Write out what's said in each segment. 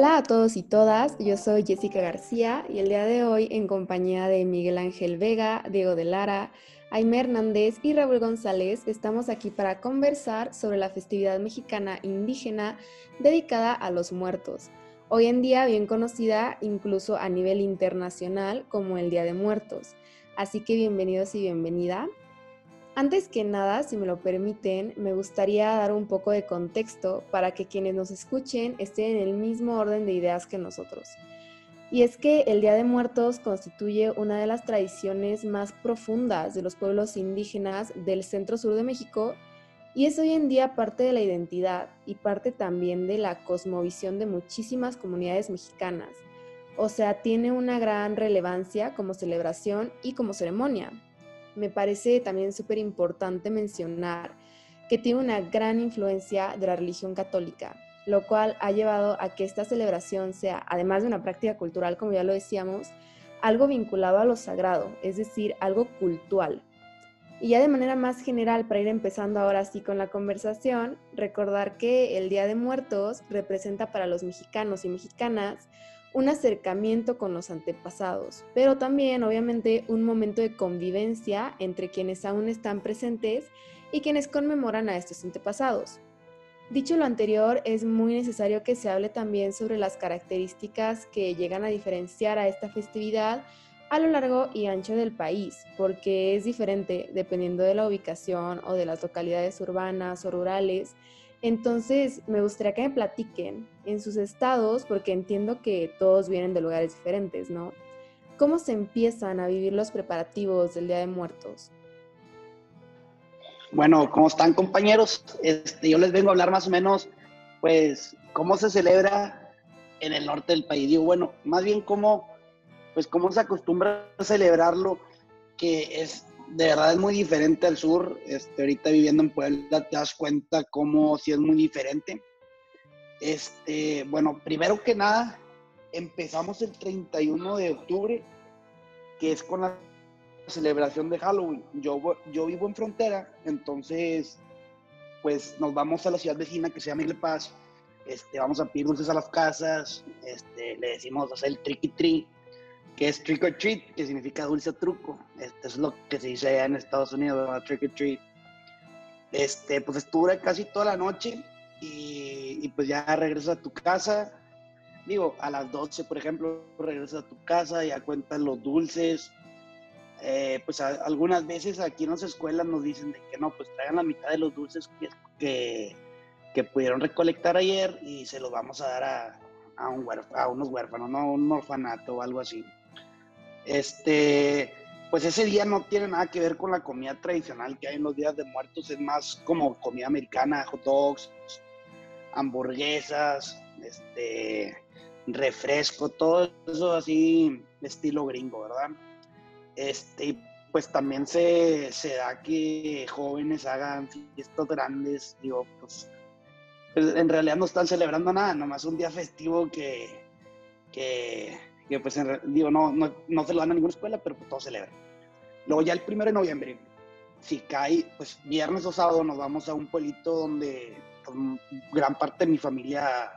Hola a todos y todas, yo soy Jessica García y el día de hoy en compañía de Miguel Ángel Vega, Diego de Lara, Aimé Hernández y Raúl González estamos aquí para conversar sobre la festividad mexicana indígena dedicada a los muertos, hoy en día bien conocida incluso a nivel internacional como el Día de Muertos. Así que bienvenidos y bienvenida. Antes que nada, si me lo permiten, me gustaría dar un poco de contexto para que quienes nos escuchen estén en el mismo orden de ideas que nosotros. Y es que el Día de Muertos constituye una de las tradiciones más profundas de los pueblos indígenas del centro-sur de México y es hoy en día parte de la identidad y parte también de la cosmovisión de muchísimas comunidades mexicanas. O sea, tiene una gran relevancia como celebración y como ceremonia. Me parece también súper importante mencionar que tiene una gran influencia de la religión católica, lo cual ha llevado a que esta celebración sea, además de una práctica cultural, como ya lo decíamos, algo vinculado a lo sagrado, es decir, algo cultural. Y ya de manera más general, para ir empezando ahora sí con la conversación, recordar que el Día de Muertos representa para los mexicanos y mexicanas un acercamiento con los antepasados, pero también obviamente un momento de convivencia entre quienes aún están presentes y quienes conmemoran a estos antepasados. Dicho lo anterior, es muy necesario que se hable también sobre las características que llegan a diferenciar a esta festividad a lo largo y ancho del país, porque es diferente dependiendo de la ubicación o de las localidades urbanas o rurales. Entonces, me gustaría que me platiquen en sus estados, porque entiendo que todos vienen de lugares diferentes, ¿no? ¿Cómo se empiezan a vivir los preparativos del Día de Muertos? Bueno, ¿cómo están, compañeros? Yo les vengo a hablar más o menos, pues, cómo se celebra en el norte del país. Digo, bueno, más bien cómo se acostumbra a celebrarlo, que de verdad es muy diferente al sur. Ahorita viviendo en Puebla te das cuenta cómo sí es muy diferente. Bueno, primero que nada, empezamos el 31 de octubre, que es con la celebración de Halloween. Yo vivo en frontera, entonces pues nos vamos a la ciudad vecina que se llama Igle Paz. Vamos a pedir dulces a las casas, le decimos hacer el trick or treat, que es trick or treat, que significa dulce o truco. Es lo que se dice allá en Estados Unidos, ¿verdad? Trick or treat. Pues dura casi toda la noche y pues ya regresas a tu casa. Digo, a las 12, por ejemplo, regresas a tu casa, ya cuentas los dulces. Pues algunas veces aquí en las escuelas nos dicen de que no, pues traigan la mitad de los dulces que pudieron recolectar ayer y se los vamos a dar a unos huérfanos, ¿no? Un orfanato o algo así. Pues ese día no tiene nada que ver con la comida tradicional que hay en los días de muertos, es más como comida americana, hot dogs, hamburguesas, refresco, todo eso así estilo gringo, ¿verdad? Pues también se da que jóvenes hagan fiestas grandes, digo, pues en realidad no están celebrando nada, nomás un día festivo que pues digo, no se lo dan a ninguna escuela, pero pues todos celebran. Luego ya el 1 de noviembre, si cae, pues viernes o sábado nos vamos a un pueblito donde pues, gran parte de mi familia,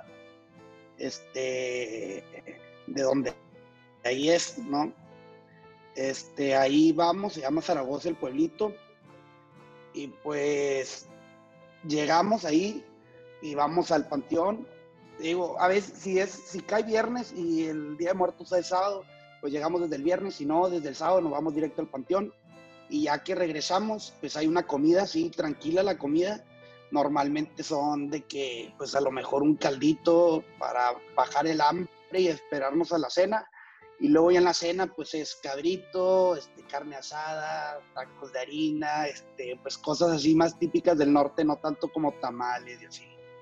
de donde ahí es, ¿no? Ahí vamos, se llama Zaragoza el pueblito, y pues llegamos ahí y vamos al panteón. Digo, a veces si cae viernes y el Día de Muertos es sábado, pues llegamos desde el viernes, si no, desde el sábado nos vamos directo al panteón, y ya que regresamos, pues hay una comida, así, tranquila la comida. Normalmente son de que, pues a lo mejor un caldito para bajar el hambre y esperarnos a la cena. Y luego ya en la cena, pues es cabrito, carne asada, tacos de harina, pues cosas así más típicas del norte, no tanto como tamales y así.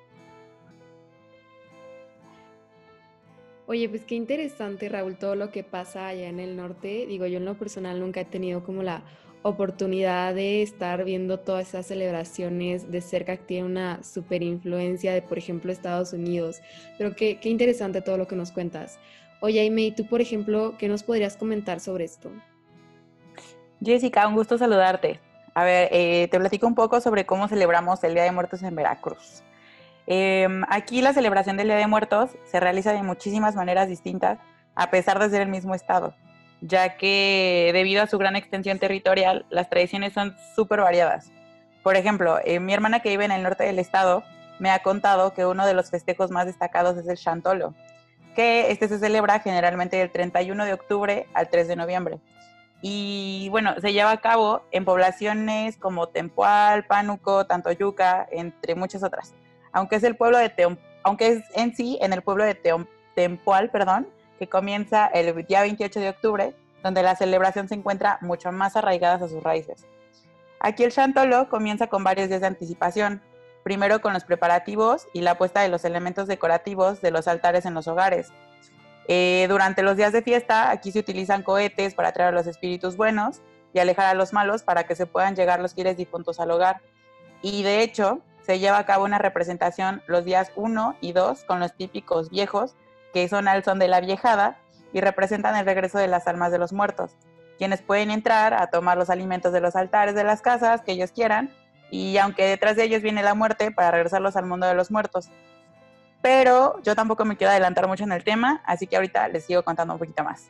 Oye, pues qué interesante, Raúl, todo lo que pasa allá en el norte. Digo, yo en lo personal nunca he tenido como la oportunidad de estar viendo todas esas celebraciones de cerca que tiene una super influencia de, por ejemplo, Estados Unidos. Pero qué interesante todo lo que nos cuentas. Oye, Aime, ¿y tú, por ejemplo, qué nos podrías comentar sobre esto? Jessica, un gusto saludarte. A ver, te platico un poco sobre cómo celebramos el Día de Muertos en Veracruz. Aquí la celebración del Día de Muertos se realiza de muchísimas maneras distintas, a pesar de ser el mismo estado, ya que debido a su gran extensión territorial, las tradiciones son súper variadas. Por ejemplo, mi hermana que vive en el norte del estado me ha contado que uno de los festejos más destacados es el Chantolo, que este se celebra generalmente del 31 de octubre al 3 de noviembre. Y bueno, se lleva a cabo en poblaciones como Tempoal, Pánuco, Tantoyuca, entre muchas otras. Aunque es el pueblo de aunque es en sí en el pueblo de Tempoal, perdón, que comienza el día 28 de octubre, donde la celebración se encuentra mucho más arraigadas a sus raíces. Aquí el Chantolo comienza con varios días de anticipación, primero con los preparativos y la puesta de los elementos decorativos de los altares en los hogares. Durante los días de fiesta, aquí se utilizan cohetes para atraer a los espíritus buenos y alejar a los malos para que se puedan llegar los fieles difuntos al hogar. Y de hecho, se lleva a cabo una representación los días 1 y 2 con los típicos viejos, que son al son de la viejada y representan el regreso de las almas de los muertos, quienes pueden entrar a tomar los alimentos de los altares de las casas que ellos quieran, y aunque detrás de ellos viene la muerte para regresarlos al mundo de los muertos. Pero yo tampoco me quiero adelantar mucho en el tema, así que ahorita les sigo contando un poquito más.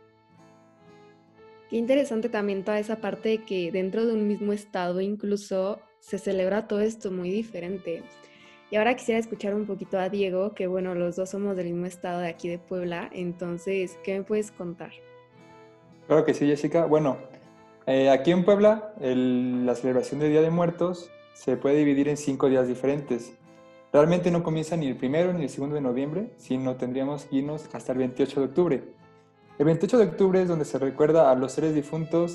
Qué interesante también toda esa parte de que dentro de un mismo estado incluso se celebra todo esto muy diferente. Y ahora quisiera escuchar un poquito a Diego, que bueno, los dos somos del mismo estado de aquí de Puebla, entonces, ¿qué me puedes contar? Claro que sí, Jessica. Bueno, aquí en Puebla, la celebración del Día de Muertos se puede dividir en 5 días diferentes. Realmente no comienza ni el 1 ni el 2 de noviembre, sino tendríamos que irnos hasta el 28 de octubre. El 28 de octubre es donde se recuerda a los seres difuntos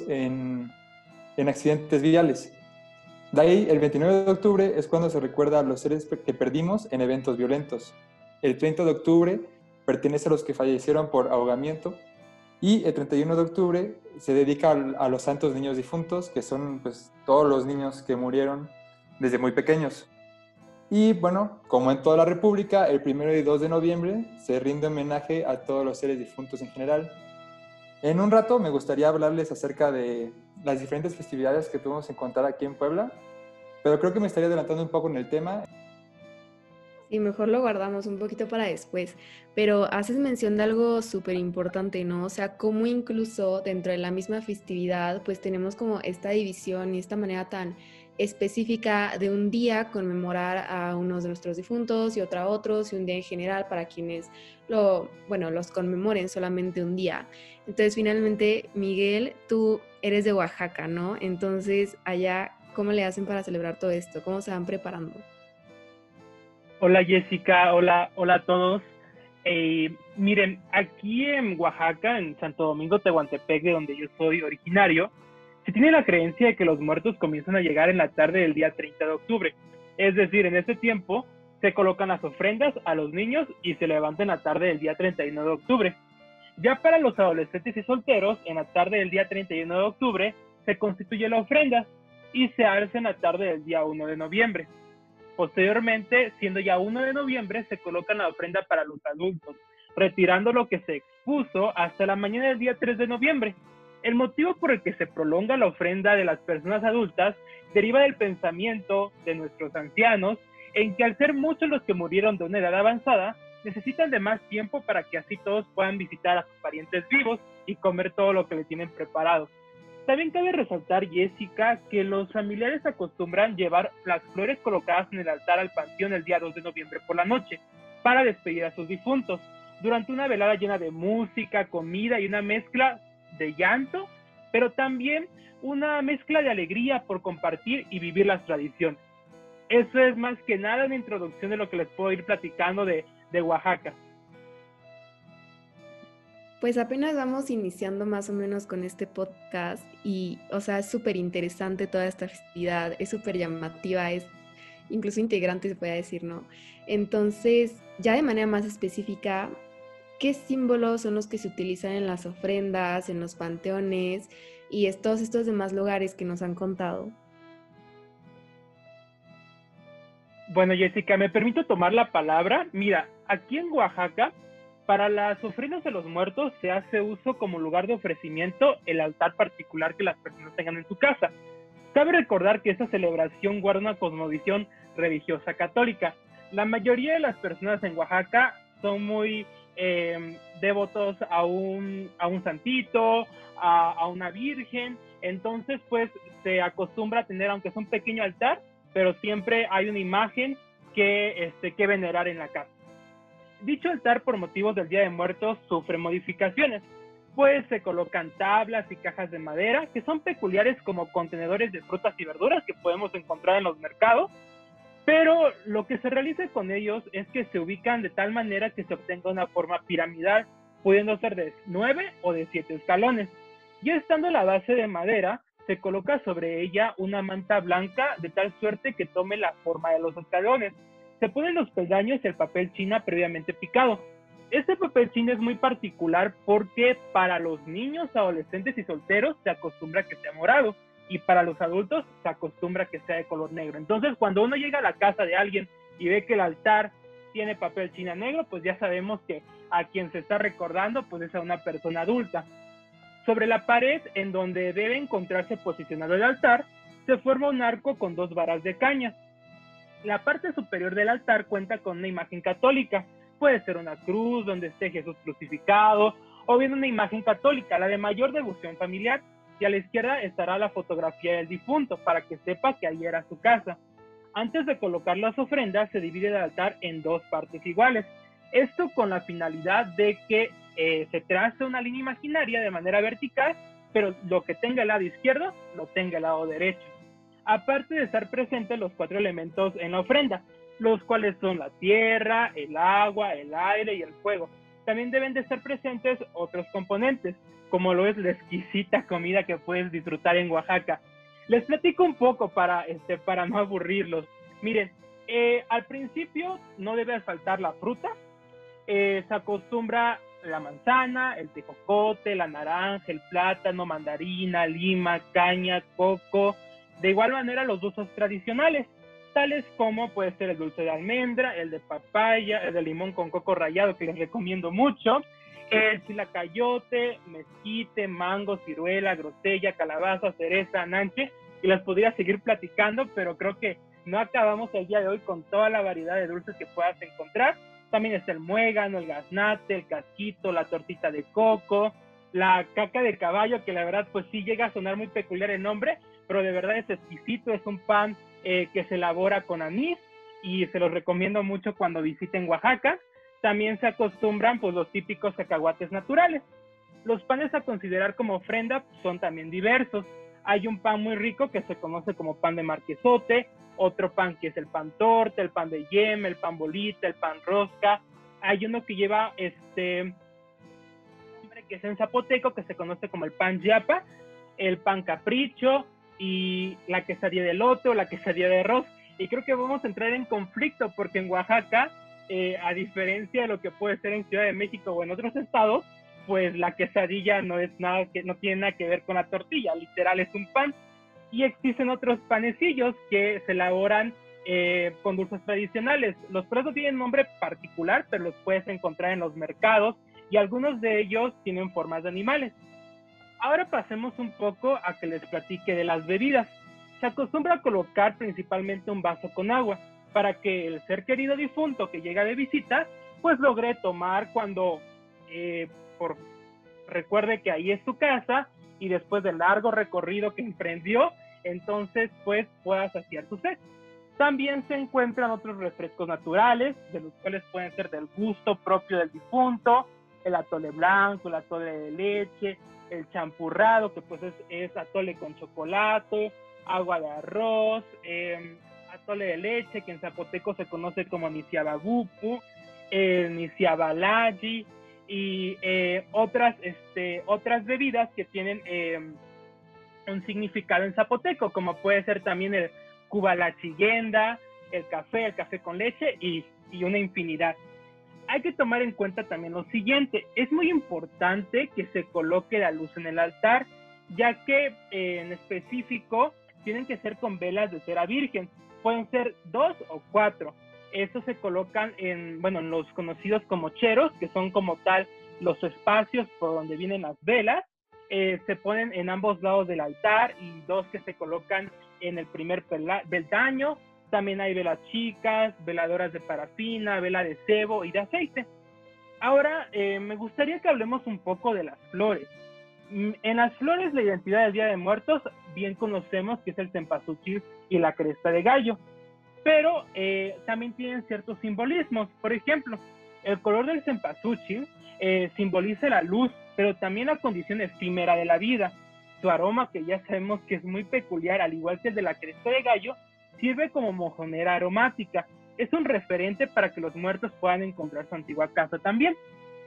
en accidentes viales. De ahí, el 29 de octubre es cuando se recuerda a los seres que perdimos en eventos violentos. El 30 de octubre pertenece a los que fallecieron por ahogamiento. Y el 31 de octubre se dedica a los santos niños difuntos, que son pues, todos los niños que murieron desde muy pequeños. Y bueno, como en toda la República, el 1 y 2 de noviembre se rinde homenaje a todos los seres difuntos en general. En un rato me gustaría hablarles acerca de las diferentes festividades que podemos encontrar aquí en Puebla, pero creo que me estaría adelantando un poco en el tema. Sí, mejor lo guardamos un poquito para después, pero haces mención de algo súper importante, ¿no? O sea, cómo incluso dentro de la misma festividad, pues tenemos como esta división y esta manera tan específica de un día conmemorar a unos de nuestros difuntos y otra a otros, y un día en general para quienes los conmemoren solamente un día. Entonces, finalmente, Miguel, tú eres de Oaxaca, ¿no? Entonces, allá, ¿cómo le hacen para celebrar todo esto? ¿Cómo se van preparando? Hola Jessica, hola a todos. Miren, aquí en Oaxaca, en Santo Domingo Tehuantepec, de donde yo soy originario, se tiene la creencia de que los muertos comienzan a llegar en la tarde del día 30 de octubre. Es decir, en ese tiempo se colocan las ofrendas a los niños y se levantan la tarde del día 31 de octubre. Ya para los adolescentes y solteros, en la tarde del día 31 de octubre se constituye la ofrenda y se alza en la tarde del día 1 de noviembre. Posteriormente, siendo ya 1 de noviembre, se coloca la ofrenda para los adultos, retirando lo que se expuso hasta la mañana del día 3 de noviembre. El motivo por el que se prolonga la ofrenda de las personas adultas deriva del pensamiento de nuestros ancianos en que al ser muchos los que murieron de una edad avanzada, necesitan de más tiempo para que así todos puedan visitar a sus parientes vivos y comer todo lo que le tienen preparado. También cabe resaltar, Jessica, que los familiares acostumbran llevar las flores colocadas en el altar al panteón el día 2 de noviembre por la noche para despedir a sus difuntos, durante una velada llena de música, comida y una mezcla de llanto, pero también una mezcla de alegría por compartir y vivir las tradiciones. Eso es más que nada una introducción de lo que les puedo ir platicando de Oaxaca. Pues apenas vamos iniciando más o menos con este podcast y, o sea, es súper interesante toda esta festividad, es súper llamativa, es incluso integrante se puede decir, ¿no? Entonces, ya de manera más específica, ¿qué símbolos son los que se utilizan en las ofrendas, en los panteones y todos estos demás lugares que nos han contado? Bueno, Jessica, me permito tomar la palabra. Mira, aquí en Oaxaca, para las ofrendas de los muertos se hace uso como lugar de ofrecimiento el altar particular que las personas tengan en su casa. Cabe recordar que esta celebración guarda una cosmovisión religiosa católica. la mayoría de las personas en Oaxaca son muy devotos a un santito, a una virgen. Entonces, pues, se acostumbra a tener, aunque es un pequeño altar, pero siempre hay una imagen que venerar en la casa. Dicho altar, por motivos del Día de Muertos, sufre modificaciones, pues se colocan tablas y cajas de madera que son peculiares como contenedores de frutas y verduras que podemos encontrar en los mercados, pero lo que se realiza con ellos es que se ubican de tal manera que se obtenga una forma piramidal, pudiendo ser de 9 o de 7 escalones. Y estando la base de madera, se coloca sobre ella una manta blanca de tal suerte que tome la forma de los escalones. Se ponen los peldaños y el papel china previamente picado. Este papel china es muy particular porque para los niños, adolescentes y solteros se acostumbra que sea morado, y para los adultos se acostumbra que sea de color negro. Entonces, cuando uno llega a la casa de alguien y ve que el altar tiene papel china negro, pues ya sabemos que a quien se está recordando pues es a una persona adulta. Sobre la pared en donde debe encontrarse posicionado el altar, se forma un arco con 2 varas de caña. La parte superior del altar cuenta con una imagen católica. Puede ser una cruz donde esté Jesús crucificado, o bien una imagen católica, la de mayor devoción familiar, y a la izquierda estará la fotografía del difunto, para que sepa que ahí era su casa. Antes de colocar las ofrendas, se divide el altar en 2 partes iguales. Esto con la finalidad de que se trace una línea imaginaria de manera vertical, pero lo que tenga el lado izquierdo, lo tenga el lado derecho. Aparte de estar presentes los 4 elementos en la ofrenda, los cuales son la tierra, el agua, el aire y el fuego. También deben de estar presentes otros componentes, como lo es la exquisita comida que puedes disfrutar en Oaxaca. Les platico un poco para no aburrirlos. Miren, al principio no debe faltar la fruta. Se acostumbra la manzana, el tejocote, la naranja, el plátano, mandarina, lima, caña, coco. De igual manera los dulces tradicionales, tales como puede ser el dulce de almendra, el de papaya, el de limón con coco rallado, que les recomiendo mucho, el chilacayote, mezquite, mango, ciruela, grosella, calabaza, cereza, nanche, y las podría seguir platicando, pero creo que no acabamos el día de hoy con toda la variedad de dulces que puedas encontrar. También está el muégano, el gaznate, el casquito, la tortita de coco, la caca de caballo, que la verdad pues sí llega a sonar muy peculiar el nombre, pero de verdad es exquisito, es un pan que se elabora con anís y se los recomiendo mucho cuando visiten Oaxaca. También se acostumbran pues los típicos cacahuates naturales. Los panes a considerar como ofrenda son también diversos. Hay un pan muy rico que se conoce como pan de marquesote, otro pan que es el pan torta, el pan de yema, el pan bolita, el pan rosca. Hay uno que lleva que es en zapoteco, que se conoce como el pan yapa, el pan capricho y la quesadilla de elote o la quesadilla de arroz. Y creo que vamos a entrar en conflicto porque en Oaxaca, a diferencia de lo que puede ser en Ciudad de México o en otros estados, pues la quesadilla no tiene nada que ver con la tortilla, literal es un pan. Y existen otros panecillos que se elaboran con dulces tradicionales. Los platos tienen nombre particular, pero los puedes encontrar en los mercados y algunos de ellos tienen formas de animales. Ahora pasemos un poco a que les platique de las bebidas. Se acostumbra a colocar principalmente un vaso con agua para que el ser querido difunto que llega de visita pues logre tomar cuando recuerde que ahí es su casa y después del largo recorrido que emprendió, entonces pues pueda saciar su sed. También se encuentran otros refrescos naturales, de los cuales pueden ser del gusto propio del difunto, el atole blanco, el atole de leche, el champurrado, que pues es atole con chocolate, agua de arroz, atole de leche, que en zapoteco se conoce como nisiabagupu, nisiabalayi, y otras bebidas que tienen un significado en zapoteco, como puede ser también el cubalachillenda, el café con leche y una infinidad. Hay que tomar en cuenta también lo siguiente: es muy importante que se coloque la luz en el altar, ya que en específico tienen que ser con velas de cera virgen, pueden ser 2 o 4. Estos se colocan en los conocidos como cheros, que son como tal los espacios por donde vienen las velas. Se ponen en ambos lados del altar y 2 que se colocan en el primer peldaño. también hay velas chicas, veladoras de parafina, vela de cebo y de aceite. Ahora, me gustaría que hablemos un poco de las flores. En las flores, la identidad del Día de Muertos, bien conocemos que es el cempasúchil y la cresta de gallo, pero también tienen ciertos simbolismos. Por ejemplo, el color del cempasúchil simboliza la luz, pero también la condición efímera de la vida. Su aroma, que ya sabemos que es muy peculiar, al igual que el de la cresta de gallo, sirve como mojonera aromática. Es un referente para que los muertos puedan encontrar su antigua casa también.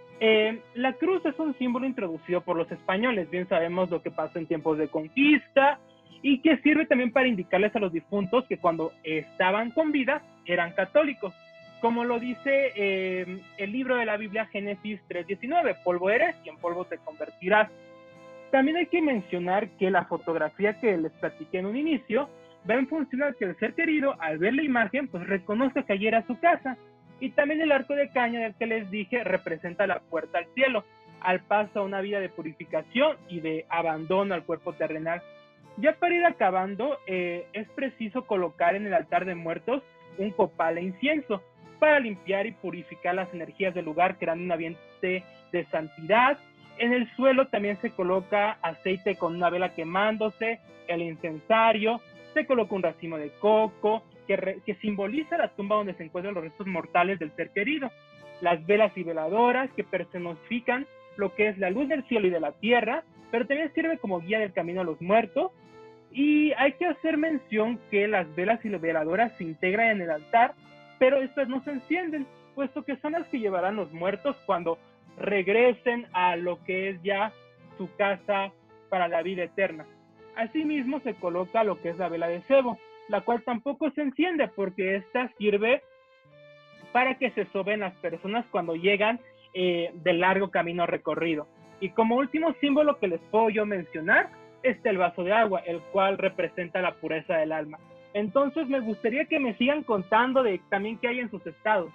La cruz es un símbolo introducido por los españoles. Bien sabemos lo que pasó en tiempos de conquista y que sirve también para indicarles a los difuntos que cuando estaban con vida eran católicos. Como lo dice el libro de la Biblia, Génesis 3:19, polvo eres y en polvo te convertirás. También hay que mencionar que la fotografía que les platiqué en un inicio va en función a que el ser querido, al ver la imagen, pues reconoce que allí era su casa. Y también el arco de caña del que les dije representa la puerta al cielo, al paso a una vida de purificación y de abandono al cuerpo terrenal. Ya para ir acabando, es preciso colocar en el altar de muertos un copal e incienso para limpiar y purificar las energías del lugar, creando un ambiente de santidad. En el suelo también se coloca aceite con una vela quemándose, el incensario, se coloca un racimo de coco, que simboliza la tumba donde se encuentran los restos mortales del ser querido. Las velas y veladoras que personifican lo que es la luz del cielo y de la tierra, pero también sirve como guía del camino a los muertos. Y hay que hacer mención que las velas y las veladoras se integran en el altar, pero estas no se encienden, puesto que son las que llevarán los muertos cuando regresen a lo que es ya su casa para la vida eterna. Asimismo se coloca lo que es la vela de cebo, la cual tampoco se enciende porque esta sirve para que se soben las personas cuando llegan del largo camino recorrido. Y como último símbolo que les puedo yo mencionar, está el vaso de agua, el cual representa la pureza del alma. Entonces me gustaría que me sigan contando de también qué hay en sus estados.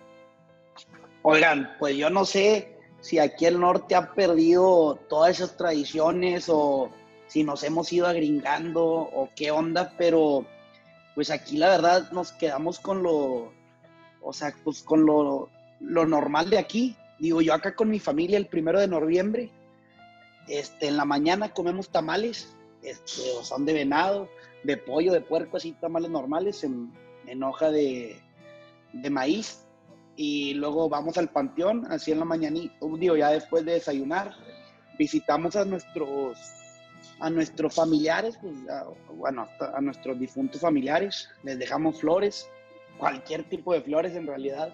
Oigan, pues yo no sé si aquí el norte ha perdido todas esas tradiciones o si nos hemos ido agringando o qué onda, pero pues aquí la verdad nos quedamos con pues con lo normal de aquí. Digo, yo acá con mi familia el 1 de noviembre, en la mañana comemos tamales, o son de venado, de pollo, de puerco, así tamales normales en hoja de maíz. Y luego vamos al panteón, así en la mañanita, digo, ya después de desayunar, visitamos a nuestros familiares, pues, a nuestros difuntos familiares, les dejamos flores, cualquier tipo de flores en realidad.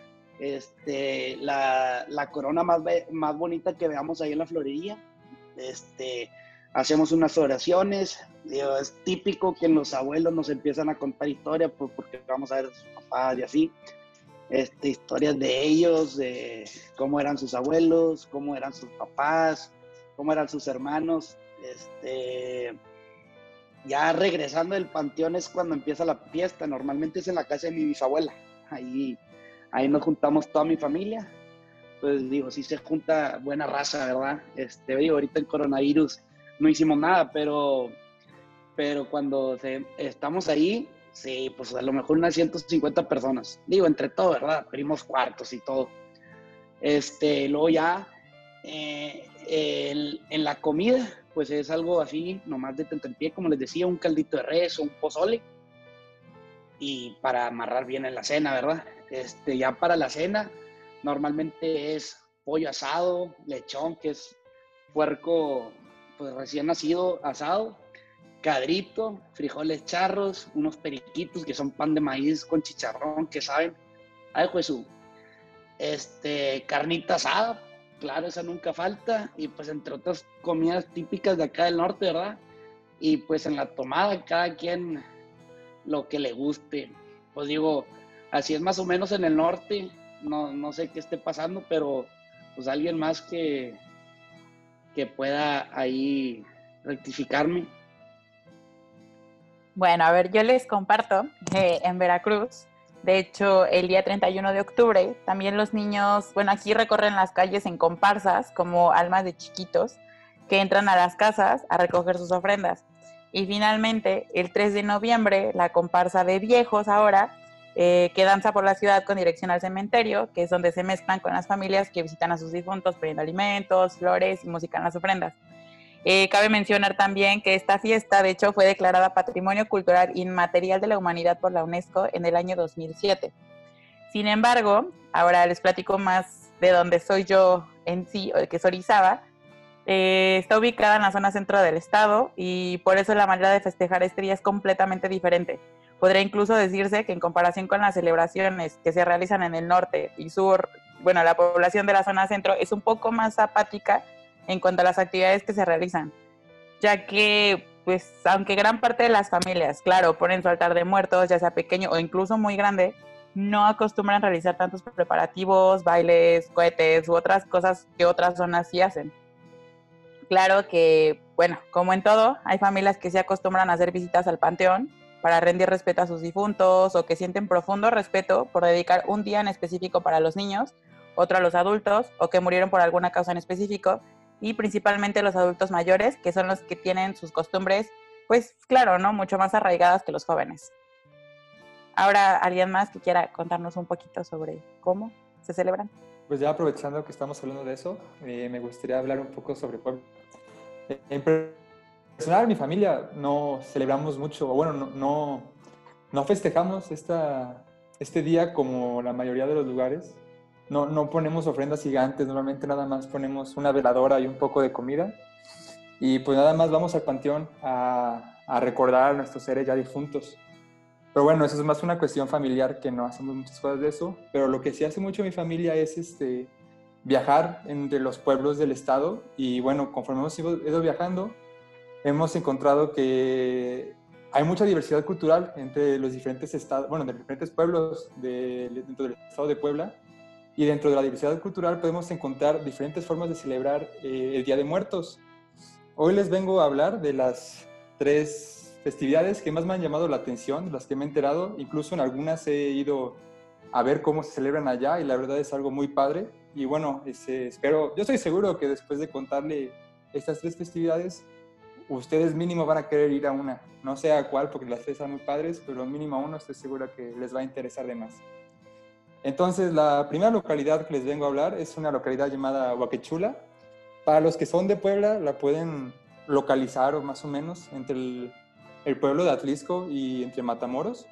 La corona más bonita que veamos ahí en la florería. Hacemos unas oraciones. Digo, es típico que los abuelos nos empiezan a contar historias, pues, porque vamos a ver a sus papás y así. Historias de ellos, de cómo eran sus abuelos, cómo eran sus papás, cómo eran sus hermanos. Ya regresando del panteón es cuando empieza la fiesta. Normalmente es en la casa de mi bisabuela. Ahí nos juntamos toda mi familia. Pues digo, sí se junta buena raza, ¿verdad? Digo, ahorita en coronavirus no hicimos nada, pero cuando estamos ahí, sí, pues a lo mejor unas 150 personas. Digo, entre todo, ¿verdad? Pedimos cuartos y todo. Luego ya en la comida, pues es algo así, nomás de tentempié, como les decía, un caldito de res o un pozole. Y para amarrar bien en la cena, ¿verdad? Ya para la cena, normalmente es pollo asado, lechón, que es puerco pues recién nacido asado, cadrito, frijoles charros, unos periquitos que son pan de maíz con chicharrón, que saben, ay, pues carnita asada, claro, esa nunca falta, y pues entre otras comidas típicas de acá del norte, ¿verdad? Y pues en la tomada cada quien lo que le guste. Pues digo, así es más o menos en el norte, no sé qué esté pasando, pero pues alguien más que pueda ahí rectificarme. Bueno, a ver, yo les comparto que en Veracruz, de hecho, el día 31 de octubre, también los niños, bueno, aquí recorren las calles en comparsas como almas de chiquitos que entran a las casas a recoger sus ofrendas. Y finalmente, el 3 de noviembre, la comparsa de viejos ahora, que danza por la ciudad con dirección al cementerio, que es donde se mezclan con las familias que visitan a sus difuntos pidiendo alimentos, flores y música en las ofrendas. Cabe mencionar también que esta fiesta, de hecho, fue declarada Patrimonio Cultural Inmaterial de la Humanidad por la UNESCO en el año 2007. Sin embargo, ahora les platico más de donde soy yo en sí, que es Orizaba. Está ubicada en la zona centro del estado y por eso la manera de festejar este día es completamente diferente. Podría incluso decirse que en comparación con las celebraciones que se realizan en el norte y sur, bueno, la población de la zona centro es un poco más apática en cuanto a las actividades que se realizan, ya que, pues, aunque gran parte de las familias, claro, ponen su altar de muertos, ya sea pequeño o incluso muy grande, no acostumbran realizar tantos preparativos, bailes, cohetes u otras cosas que otras zonas sí hacen. Claro que, bueno, como en todo, hay familias que se acostumbran a hacer visitas al panteón para rendir respeto a sus difuntos o que sienten profundo respeto por dedicar un día en específico para los niños, otro a los adultos o que murieron por alguna causa en específico y principalmente los adultos mayores, que son los que tienen sus costumbres, pues claro, ¿no? Mucho más arraigadas que los jóvenes. Ahora, ¿alguien más que quiera contarnos un poquito sobre cómo se celebran? Pues ya aprovechando que estamos hablando de eso, me gustaría hablar un poco sobre Puebla. En personal, mi familia no celebramos mucho, o bueno, no festejamos este día como la mayoría de los lugares. No ponemos ofrendas gigantes, normalmente nada más ponemos una veladora y un poco de comida. Y pues nada más vamos al panteón a recordar a nuestros seres ya difuntos. Pero bueno, eso es más una cuestión familiar, que no hacemos muchas cosas de eso. Pero lo que sí hace mucho mi familia es viajar entre los pueblos del estado. Y bueno, conforme hemos ido viajando, hemos encontrado que hay mucha diversidad cultural entre los diferentes estados, bueno, de los diferentes pueblos dentro del estado de Puebla. Y dentro de la diversidad cultural podemos encontrar diferentes formas de celebrar el Día de Muertos. Hoy les vengo a hablar de las 3 festividades que más me han llamado la atención, de las que me he enterado. Incluso en algunas he ido a ver cómo se celebran allá y la verdad es algo muy padre. Y bueno, yo estoy seguro que después de contarle estas 3 festividades, ustedes mínimo van a querer ir a una. No sé a cuál, porque las 3 son muy padres, pero mínimo a uno estoy seguro que les va a interesar de más. Entonces, la primera localidad que les vengo a hablar es una localidad llamada Huaquechula. Para los que son de Puebla, la pueden localizar o más o menos entre el pueblo de Atlisco y entre Matamoros.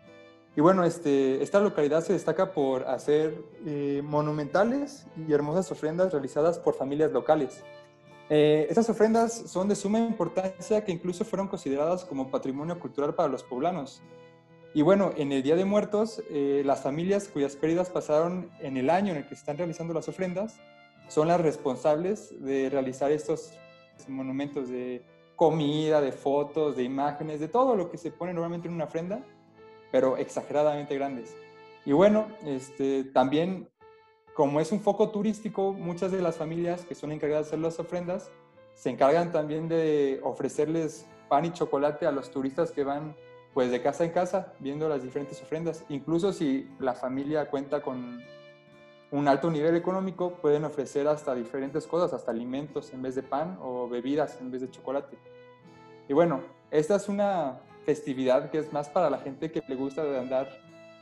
Y bueno, esta localidad se destaca por hacer monumentales y hermosas ofrendas realizadas por familias locales. Estas ofrendas son de suma importancia, que incluso fueron consideradas como patrimonio cultural para los poblanos. Y bueno, en el Día de Muertos, las familias cuyas pérdidas pasaron en el año en el que se están realizando las ofrendas son las responsables de realizar estos monumentos de comida, de fotos, de imágenes, de todo lo que se pone normalmente en una ofrenda, pero exageradamente grandes. Y bueno, también, como es un foco turístico, muchas de las familias que son encargadas de hacer las ofrendas se encargan también de ofrecerles pan y chocolate a los turistas que van pues de casa en casa viendo las diferentes ofrendas. Incluso si la familia cuenta con un alto nivel económico, pueden ofrecer hasta diferentes cosas, hasta alimentos en vez de pan o bebidas en vez de chocolate. Y bueno, esta es una festividad que es más para la gente que le gusta de andar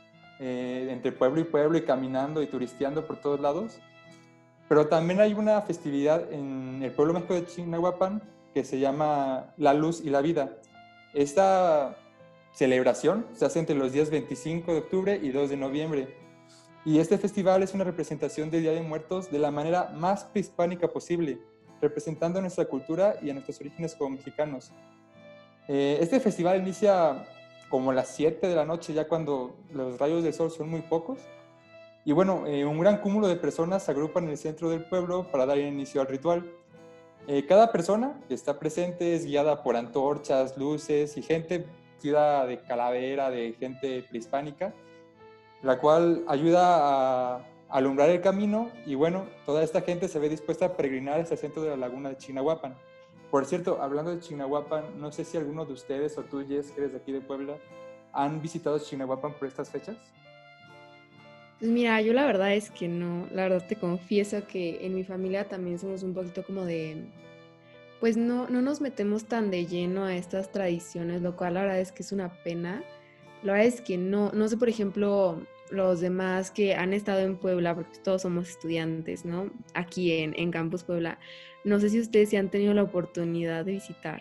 entre pueblo y pueblo y caminando y turisteando por todos lados. Pero también hay una festividad en el pueblo mágico de Chignahuapan que se llama La Luz y la Vida. Esta celebración se hace entre los días 25 de octubre y 2 de noviembre. Y este festival es una representación del Día de Muertos de la manera más prehispánica posible, representando nuestra cultura y a nuestros orígenes como mexicanos. Este festival inicia como a las 7 de la noche, ya cuando los rayos del sol son muy pocos. Y bueno, un gran cúmulo de personas se agrupan en el centro del pueblo para dar inicio al ritual. Cada persona que está presente es guiada por antorchas, luces y gente vestida de calavera, de gente prehispánica, la cual ayuda a alumbrar el camino. Y bueno, toda esta gente se ve dispuesta a peregrinar hasta el centro de la laguna de Chignahuapan. Por cierto, hablando de Chignahuapan, no sé si alguno de ustedes o tú, Jess, que eres de aquí de Puebla, han visitado Chignahuapan por estas fechas. Pues mira, yo la verdad es que no, la verdad te confieso que en mi familia también somos un poquito como de, pues no nos metemos tan de lleno a estas tradiciones, lo cual la verdad es que es una pena. La verdad es que no sé, por ejemplo, los demás que han estado en Puebla, porque todos somos estudiantes, ¿no? Aquí en Campus Puebla. No sé si ustedes sí han tenido la oportunidad de visitar.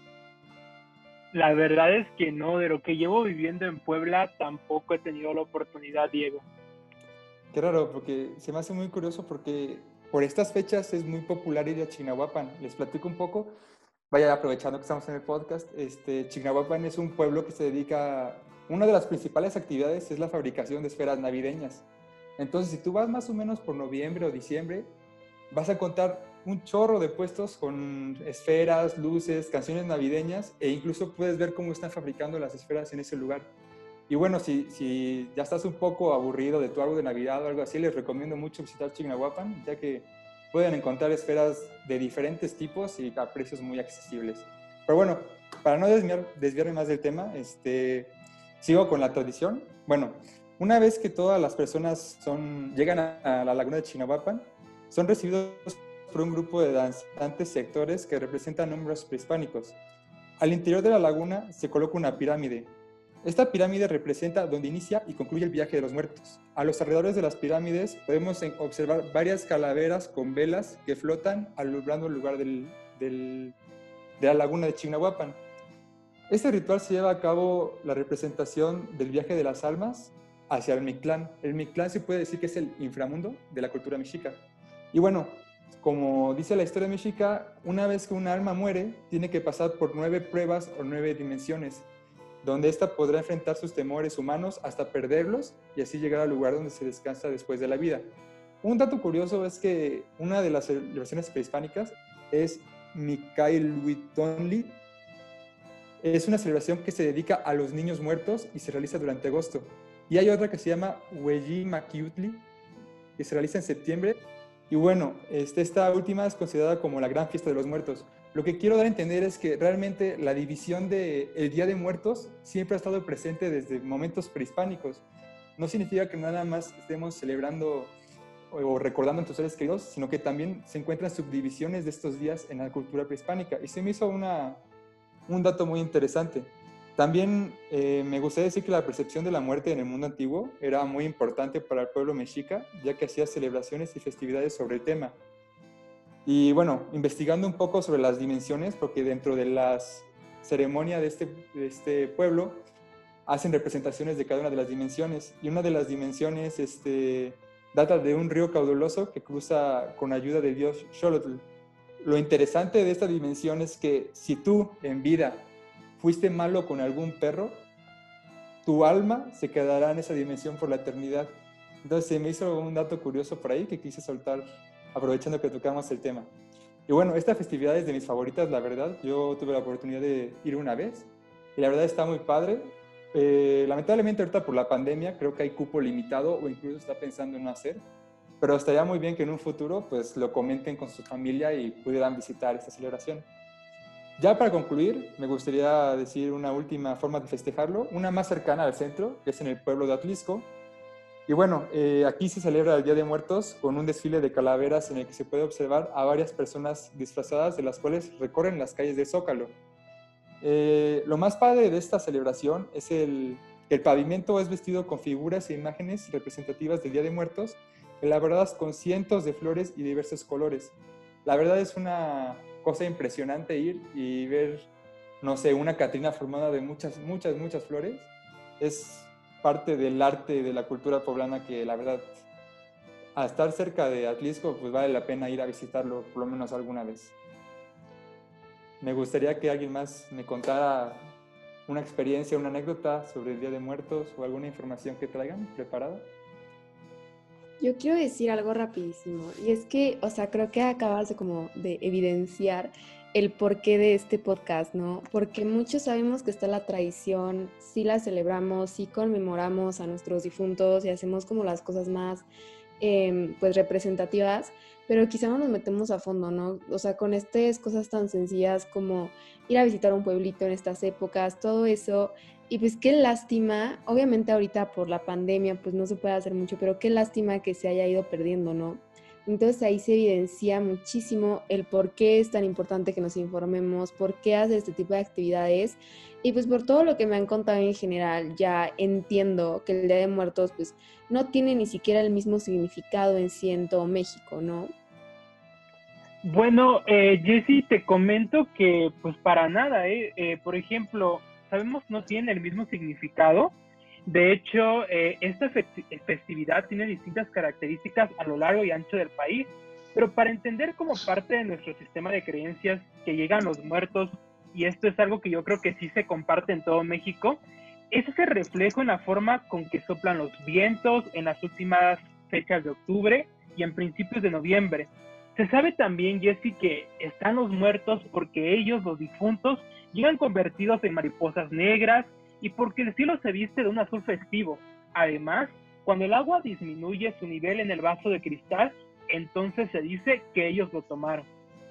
La verdad es que no, de lo que llevo viviendo en Puebla tampoco he tenido la oportunidad, Diego. Qué raro, porque se me hace muy curioso porque por estas fechas es muy popular ir a Chignahuapan. Les platico un poco. Vaya, aprovechando que estamos en el podcast, Chignahuapan es un pueblo que se dedica, una de las principales actividades es la fabricación de esferas navideñas. Entonces, si tú vas más o menos por noviembre o diciembre, vas a encontrar un chorro de puestos con esferas, luces, canciones navideñas e incluso puedes ver cómo están fabricando las esferas en ese lugar. Y bueno, si ya estás un poco aburrido de tu árbol de Navidad o algo así, les recomiendo mucho visitar Chignahuapan, ya que pueden encontrar esferas de diferentes tipos y a precios muy accesibles. Pero bueno, para no desviarme más del tema, sigo con la tradición. Bueno, una vez que todas las personas llegan a la laguna de Chignahuapan, son recibidos por un grupo de danzantes sectores que representan nombres prehispánicos. Al interior de la laguna se coloca una pirámide. Esta pirámide representa donde inicia y concluye el viaje de los muertos. A los alrededores de las pirámides podemos observar varias calaveras con velas que flotan alumbrando el lugar de la laguna de Chignahuapan. Este ritual se lleva a cabo la representación del viaje de las almas hacia el Mictlán. El Mictlán se puede decir que es el inframundo de la cultura mexica. Y bueno, como dice la historia mexica, una vez que un alma muere, tiene que pasar por 9 pruebas o 9 dimensiones, donde ésta podrá enfrentar sus temores humanos hasta perderlos y así llegar al lugar donde se descansa después de la vida. Un dato curioso es que una de las celebraciones prehispánicas es Micailhuitolli. Es una celebración que se dedica a los niños muertos y se realiza durante agosto. Y hay otra que se llama Hueyimaquiutli, que se realiza en septiembre. Y bueno, esta última es considerada como la gran fiesta de los muertos. Lo que quiero dar a entender es que realmente la división del Día de Muertos siempre ha estado presente desde momentos prehispánicos. No significa que nada más estemos celebrando o recordando a nuestros seres queridos, sino que también se encuentran subdivisiones de estos días en la cultura prehispánica. Y se me hizo un dato muy interesante. También me gustaría decir que la percepción de la muerte en el mundo antiguo era muy importante para el pueblo mexica, ya que hacía celebraciones y festividades sobre el tema. Y bueno, investigando un poco sobre las dimensiones, porque dentro de las ceremonias de este pueblo hacen representaciones de cada una de las dimensiones. Y una de las dimensiones data de un río caudaloso que cruza con ayuda del dios Xolotl. Lo interesante de esta dimensión es que si tú en vida fuiste malo con algún perro, tu alma se quedará en esa dimensión por la eternidad. Entonces se me hizo un dato curioso por ahí que quise soltar aprovechando que tocamos el tema. Y bueno, esta festividad es de mis favoritas, la verdad. Yo tuve la oportunidad de ir una vez y la verdad está muy padre. Lamentablemente ahorita por la pandemia creo que hay cupo limitado o incluso está pensando en no hacer. Pero estaría muy bien que en un futuro pues lo comenten con su familia y pudieran visitar esta celebración. Ya para concluir, me gustaría decir una última forma de festejarlo, una más cercana al centro, que es en el pueblo de Atlisco. Y bueno, aquí se celebra el Día de Muertos con un desfile de calaveras en el que se puede observar a varias personas disfrazadas, de las cuales recorren las calles de Zócalo. Lo más padre de esta celebración es el pavimento es vestido con figuras e imágenes representativas del Día de Muertos, elaboradas con cientos de flores y diversos colores. La verdad es una cosa impresionante ir y ver, no sé, una Catrina formada de muchas flores. Es parte del arte y de la cultura poblana que la verdad, a estar cerca de Atlisco, pues vale la pena ir a visitarlo por lo menos alguna vez. Me gustaría que alguien más me contara una experiencia, una anécdota sobre el Día de Muertos o alguna información que traigan preparada. Yo quiero decir algo rapidísimo, y es que, o sea, creo que acabas de evidenciar el porqué de este podcast, ¿no? Porque muchos sabemos que está la tradición, sí la celebramos, sí conmemoramos a nuestros difuntos y hacemos como las cosas más, pues, representativas, pero quizá no nos metemos a fondo, ¿no? O sea, con estas cosas tan sencillas como ir a visitar un pueblito en estas épocas, todo eso. Y pues qué lástima, obviamente ahorita por la pandemia pues no se puede hacer mucho, pero qué lástima que se haya ido perdiendo, ¿no? Entonces ahí se evidencia muchísimo el por qué es tan importante que nos informemos, por qué hacer este tipo de actividades. Y pues por todo lo que me han contado en general, ya entiendo que el Día de Muertos pues no tiene ni siquiera el mismo significado en sí en todo México, ¿no? Bueno, Jessy, te comento que pues para nada, por ejemplo, sabemos no tiene el mismo significado. De hecho, esta festividad tiene distintas características a lo largo y ancho del país, pero para entender como parte de nuestro sistema de creencias que llegan los muertos, y esto es algo que yo creo que sí se comparte en todo México, es ese reflejo en la forma con que soplan los vientos en las últimas fechas de octubre y en principios de noviembre. Se sabe también, Jessy, que están los muertos porque ellos, los difuntos, llegan convertidos en mariposas negras y porque el cielo se viste de un azul festivo. Además, cuando el agua disminuye su nivel en el vaso de cristal, entonces se dice que ellos lo tomaron.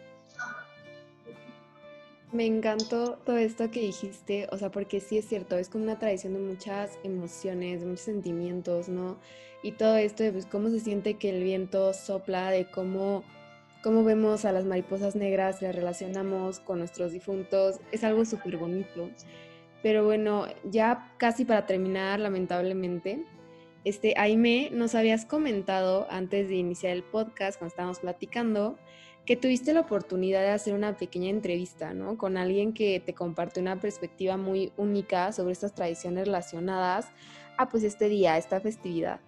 Me encantó todo esto que dijiste, o sea, porque sí es cierto, es como una tradición de muchas emociones, de muchos sentimientos, ¿no? Y todo esto de pues, cómo se siente que el viento sopla, de cómo vemos a las mariposas negras, las relacionamos con nuestros difuntos, es algo súper bonito. Pero bueno, ya casi para terminar, lamentablemente, Aime, nos habías comentado antes de iniciar el podcast, cuando estábamos platicando, que tuviste la oportunidad de hacer una pequeña entrevista, ¿no? Con alguien que te comparte una perspectiva muy única sobre estas tradiciones relacionadas a pues este día, esta festividad.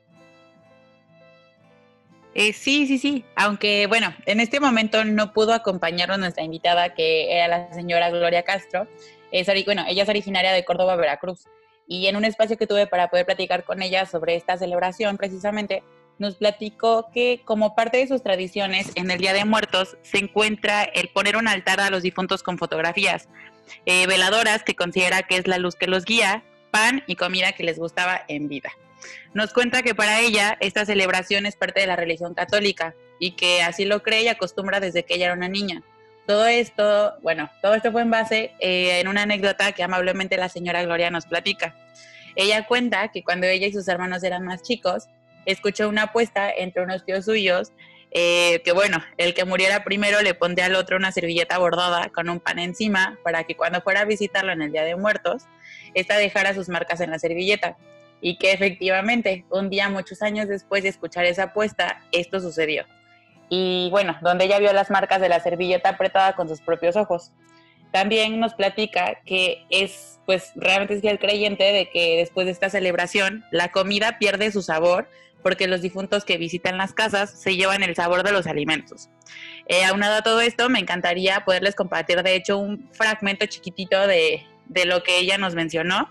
Sí. Aunque, bueno, en este momento no pudo acompañarnos nuestra invitada, que era la señora Gloria Castro. Ella es originaria de Córdoba, Veracruz. Y en un espacio que tuve para poder platicar con ella sobre esta celebración, precisamente, nos platicó que como parte de sus tradiciones, en el Día de Muertos, se encuentra el poner un altar a los difuntos con fotografías, veladoras, que considera que es la luz que los guía, pan y comida que les gustaba en vida. Nos cuenta que para ella esta celebración es parte de la religión católica y que así lo cree y acostumbra desde que ella era una niña. Todo esto fue en base en una anécdota que amablemente la señora Gloria nos platica. Ella cuenta que cuando ella y sus hermanos eran más chicos, escuchó una apuesta entre unos tíos suyos que bueno, el que muriera primero le pondría al otro una servilleta bordada con un pan encima para que cuando fuera a visitarlo en el Día de Muertos, esta dejara sus marcas en la servilleta. Y que efectivamente, un día, muchos años después de escuchar esa apuesta, esto sucedió. Y bueno, donde ella vio las marcas de la servilleta apretada con sus propios ojos. También nos platica que pues realmente es fiel creyente de que después de esta celebración, la comida pierde su sabor porque los difuntos que visitan las casas se llevan el sabor de los alimentos. Aunado a todo esto, me encantaría poderles compartir, de hecho, un fragmento chiquitito de lo que ella nos mencionó.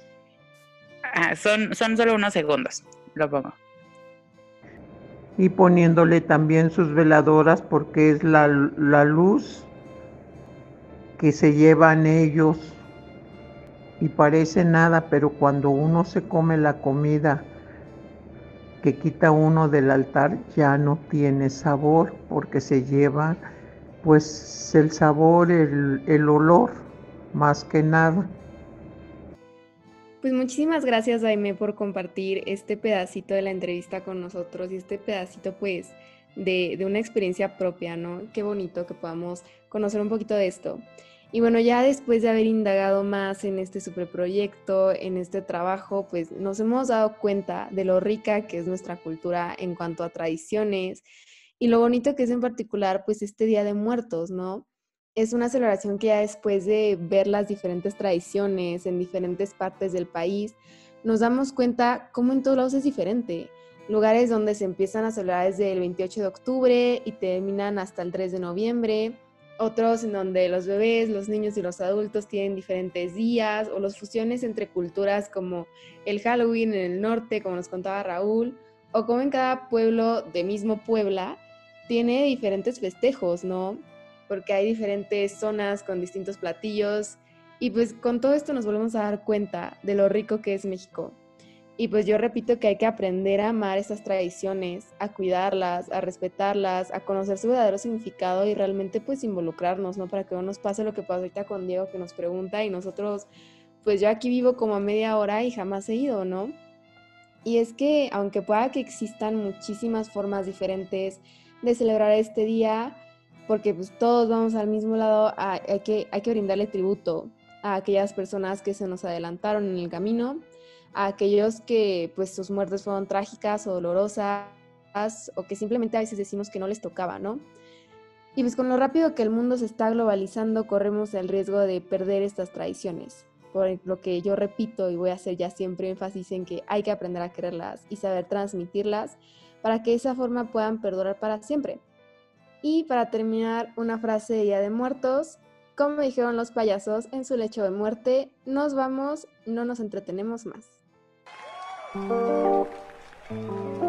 Son solo unos segundos, lo pongo. Y poniéndole también sus veladoras porque es la luz que se llevan ellos y parece nada, pero cuando uno se come la comida que quita uno del altar ya no tiene sabor porque se lleva pues el sabor, el olor más que nada. Pues muchísimas gracias, Aime, por compartir este pedacito de la entrevista con nosotros y este pedacito, pues, de una experiencia propia, ¿no? Qué bonito que podamos conocer un poquito de esto. Y bueno, ya después de haber indagado más en este superproyecto, en este trabajo, pues nos hemos dado cuenta de lo rica que es nuestra cultura en cuanto a tradiciones y lo bonito que es en particular, pues, este Día de Muertos, ¿no? Es una celebración que ya después de ver las diferentes tradiciones en diferentes partes del país, nos damos cuenta cómo en todos lados es diferente. Lugares donde se empiezan a celebrar desde el 28 de octubre y terminan hasta el 3 de noviembre. Otros en donde los bebés, los niños y los adultos tienen diferentes días, o las fusiones entre culturas como el Halloween en el norte, como nos contaba Raúl, o como en cada pueblo de mismo Puebla tiene diferentes festejos, ¿no? Porque hay diferentes zonas con distintos platillos y pues con todo esto nos volvemos a dar cuenta de lo rico que es México. Y pues yo repito que hay que aprender a amar estas tradiciones, a cuidarlas, a respetarlas, a conocer su verdadero significado y realmente pues involucrarnos, ¿no? Para que no nos pase lo que pasó ahorita con Diego que nos pregunta y nosotros, pues yo aquí vivo como a media hora y jamás he ido, ¿no? Y es que, aunque pueda que existan muchísimas formas diferentes de celebrar este día, porque pues todos vamos al mismo lado, hay que brindarle tributo a aquellas personas que se nos adelantaron en el camino, a aquellos que pues sus muertes fueron trágicas o dolorosas, o que simplemente a veces decimos que no les tocaba, ¿no? Y pues con lo rápido que el mundo se está globalizando, corremos el riesgo de perder estas tradiciones. Por lo que yo repito y voy a hacer ya siempre énfasis en que hay que aprender a quererlas y saber transmitirlas para que de esa forma puedan perdurar para siempre. Y para terminar, una frase de Día de Muertos, como dijeron los payasos en su lecho de muerte, nos vamos, no nos entretenemos más.